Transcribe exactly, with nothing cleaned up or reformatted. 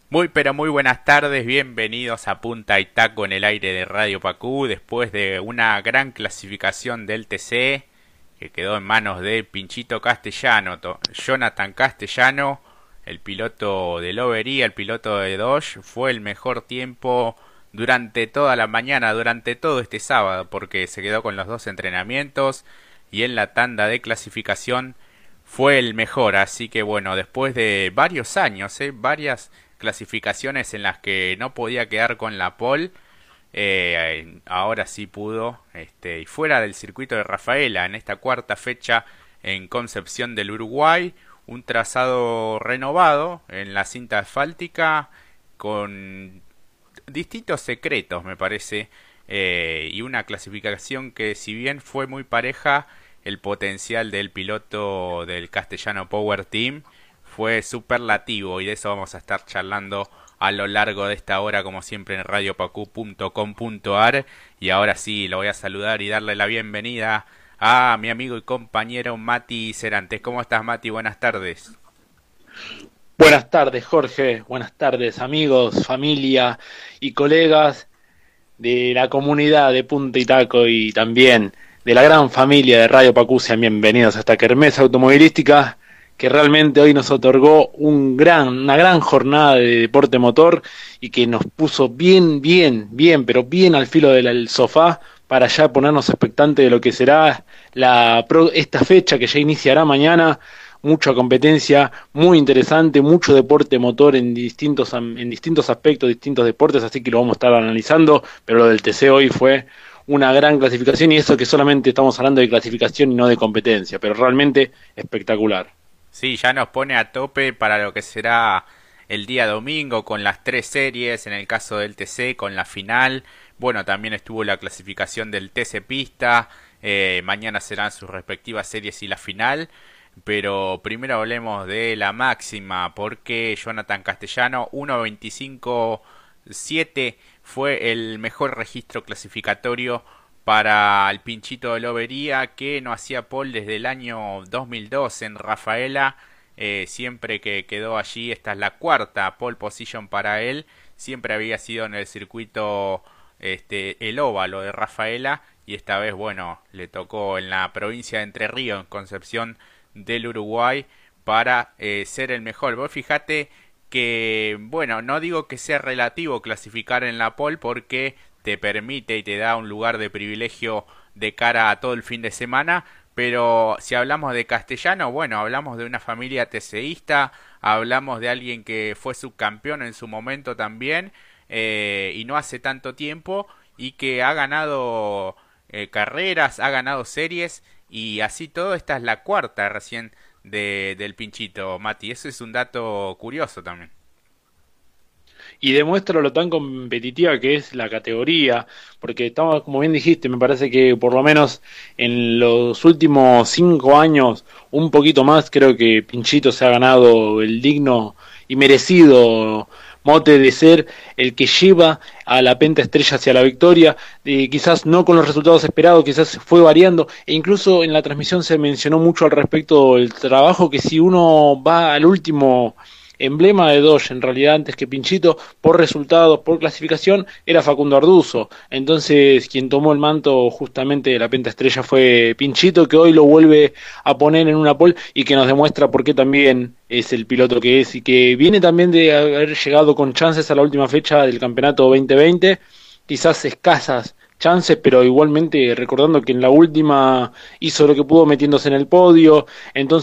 Muy pero muy buenas tardes, bienvenidos a Punta y Taco en el aire de Radio Pacú, después de una gran clasificación del T C que quedó en manos de Pinchito Castellano, Jonathan Castellano, el piloto de Lobería, el piloto de Dodge, fue el mejor tiempo durante toda la mañana, durante todo este sábado, porque se quedó con los dos entrenamientos y en la tanda de clasificación fue el mejor, así que bueno, después de varios años, ¿eh? varias clasificaciones en las que no podía quedar con la pole, eh, ahora sí pudo, este, y fuera del circuito de Rafaela, en esta cuarta fecha en Concepción del Uruguay, un trazado renovado en la cinta asfáltica con distintos secretos, me parece, eh, y una clasificación que si bien fue muy pareja, el potencial del piloto del Castellano Power Team fue superlativo y de eso vamos a estar charlando a lo largo de esta hora como siempre en radio pacu punto com punto ar. Y ahora sí, lo voy a saludar y darle la bienvenida a mi amigo y compañero Mati Cerantes. ¿Cómo estás, Mati? Buenas tardes. Buenas tardes, Jorge. Buenas tardes, amigos, familia y colegas de la comunidad de Punta y Taco y también de la gran familia de Radio Pacú. Sean bienvenidos a esta kermés automovilística que realmente hoy nos otorgó un gran, una gran jornada de deporte motor y que nos puso bien, bien, bien, pero bien al filo del sofá para ya ponernos expectantes de lo que será la esta fecha que ya iniciará mañana. Mucha competencia, muy interesante, mucho deporte motor en distintos en distintos aspectos, distintos deportes, así que lo vamos a estar analizando, pero lo del T C hoy fue una gran clasificación y eso que solamente estamos hablando de clasificación y no de competencia, pero realmente espectacular. Sí, ya nos pone a tope para lo que será el día domingo con las tres series, en el caso del T C con la final. Bueno, también estuvo la clasificación del T C Pista, eh, mañana serán sus respectivas series y la final. Pero primero hablemos de la máxima, porque Jonathan Castellano uno veinticinco siete fue el mejor registro clasificatorio para el Pinchito de Lobería, que no hacía pole desde el año dos mil dos en Rafaela. Eh, siempre que quedó allí, esta es la cuarta pole position para él, siempre había sido en el circuito este el óvalo de Rafaela, y esta vez bueno, le tocó en la provincia de Entre Ríos, en Concepción del Uruguay, para eh, ser el mejor. Vos fijate que, bueno, no digo que sea relativo clasificar en la pole porque te permite y te da un lugar de privilegio de cara a todo el fin de semana, pero si hablamos de Castellano, bueno, hablamos de una familia TCista, hablamos de alguien que fue subcampeón en su momento también, eh, y no hace tanto tiempo, y que ha ganado eh, carreras, ha ganado series, y así todo, esta es la cuarta recién de, del Pinchito, Mati. Eso es un dato curioso también. Y demuestra lo tan competitiva que es la categoría, porque estamos, como bien dijiste, me parece que por lo menos en los últimos cinco años, un poquito más, creo que Pinchito se ha ganado el digno y merecido mote de ser el que lleva a la Penta Estrella hacia la victoria, eh, quizás no con los resultados esperados, quizás fue variando, e incluso en la transmisión se mencionó mucho al respecto del trabajo que si uno va al último emblema de Dodge, en realidad antes que Pinchito, por resultados, por clasificación, era Facundo Arduzo. Entonces, quien tomó el manto justamente de la Penta Estrella fue Pinchito, que hoy lo vuelve a poner en una pole y que nos demuestra por qué también es el piloto que es y que viene también de haber llegado con chances a la última fecha del campeonato veinte veinte, quizás escasas chances, pero igualmente recordando que en la última hizo lo que pudo metiéndose en el podio. Entonces